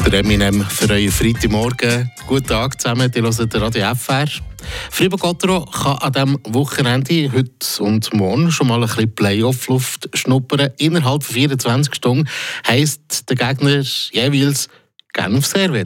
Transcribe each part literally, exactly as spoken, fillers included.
Der Eminem für euren Freitagmorgen. Guten Tag zusammen, ihr hört Radio F R. Fribourg-Gottero kann an diesem Wochenende, heute und morgen, schon mal ein bisschen Playoff-Luft schnuppern. Innerhalb von vierundzwanzig Stunden heisst der Gegner jeweils Genf Servet.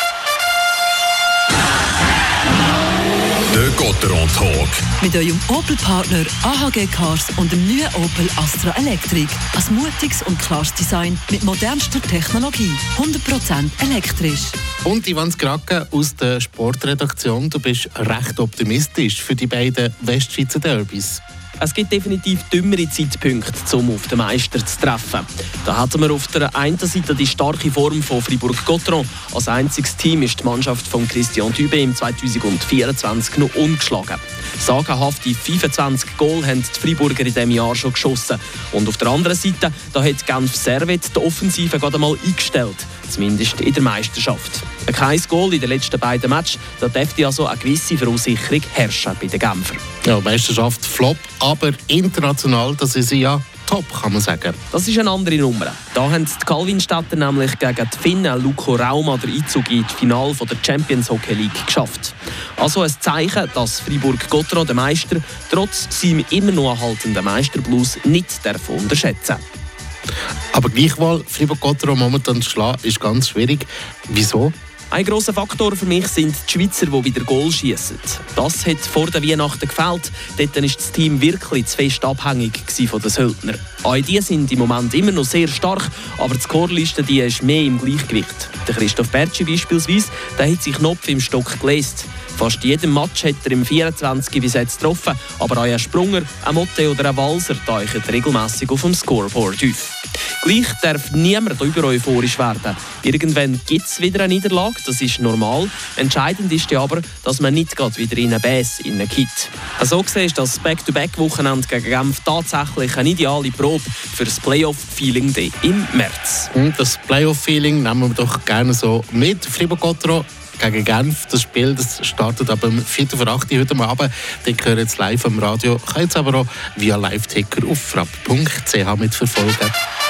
Der Gottero Talk. Mit eurem Opel-Partner A H G Cars und dem neuen Opel Astra Electric. Ein mutiges und klares Design mit modernster Technologie. hundert Prozent elektrisch. Und Ivan Skrake aus der Sportredaktion. Du bist recht optimistisch für die beiden Westschweizer Derbys. Es gibt definitiv dümmere Zeitpunkte, um auf den Meister zu treffen. Da hatten wir auf der einen Seite die starke Form von Fribourg-Gottero. Als einziges Team ist die Mannschaft von Christian Dübe im zwanzig vierundzwanzig noch ungeschlagen. Sagenhafte fünfundzwanzig Goal haben die Friburger in diesem Jahr schon geschossen. Und auf der anderen Seite da hat Genf Servet die Offensive gerade einmal eingestellt. Zumindest in der Meisterschaft. Kein Goal in den letzten beiden Matches, da dürfte also eine gewisse Verunsicherung herrschen bei den Genfer. Ja, Meisterschaft flop, aber international, das ist ja top, kann man sagen. Das ist eine andere Nummer. Da haben die Calvinstädter nämlich gegen die Finnen Lukko Rauma den Einzug in das Finale der Champions Hockey League geschafft. Also ein Zeichen, dass Fribourg-Gottero, der Meister, trotz seinem immer noch erhaltenen Meisterblues nicht davon unterschätzen. Aber gleichwohl, Fribourg-Gottero momentan zu schlagen, ist ganz schwierig. Wieso? Ein grosser Faktor für mich sind die Schweizer, die wieder Goal schiessen. Das hat vor der Weihnachten gefehlt. Dort war das Team wirklich zu fest abhängig von den Söldnern. Auch die sind im Moment immer noch sehr stark, aber die Scoreliste die ist mehr im Gleichgewicht. Der Christoph Bertschi beispielsweise, der hat sich Knopf im Stock gelesen. Fast jedem Match hat er im vierundzwanzig bis jetzt getroffen, aber auch ein Sprunger, ein Motte oder ein Walser tauchen regelmässig auf dem Scoreboard auf. Gleich darf niemand über euphorisch werden. Irgendwann gibt es wieder eine Niederlage, das ist normal. Entscheidend ist ja aber, dass man nicht gerade wieder in eine Bässe hineinkippt. So gesehen ist das Back-to-Back-Wochenende gegen Genf tatsächlich eine ideale Probe für das Playoff-Feeling im März. Das Playoff-Feeling nehmen wir doch gerne so mit. Fribourg-Gottero gegen Genf. Das Spiel das startet ab um Viertel vor acht heute Abend. Den hören jetzt live am Radio. Könnt ihr aber auch via Live-Ticker auf frapp punkt c h mitverfolgen.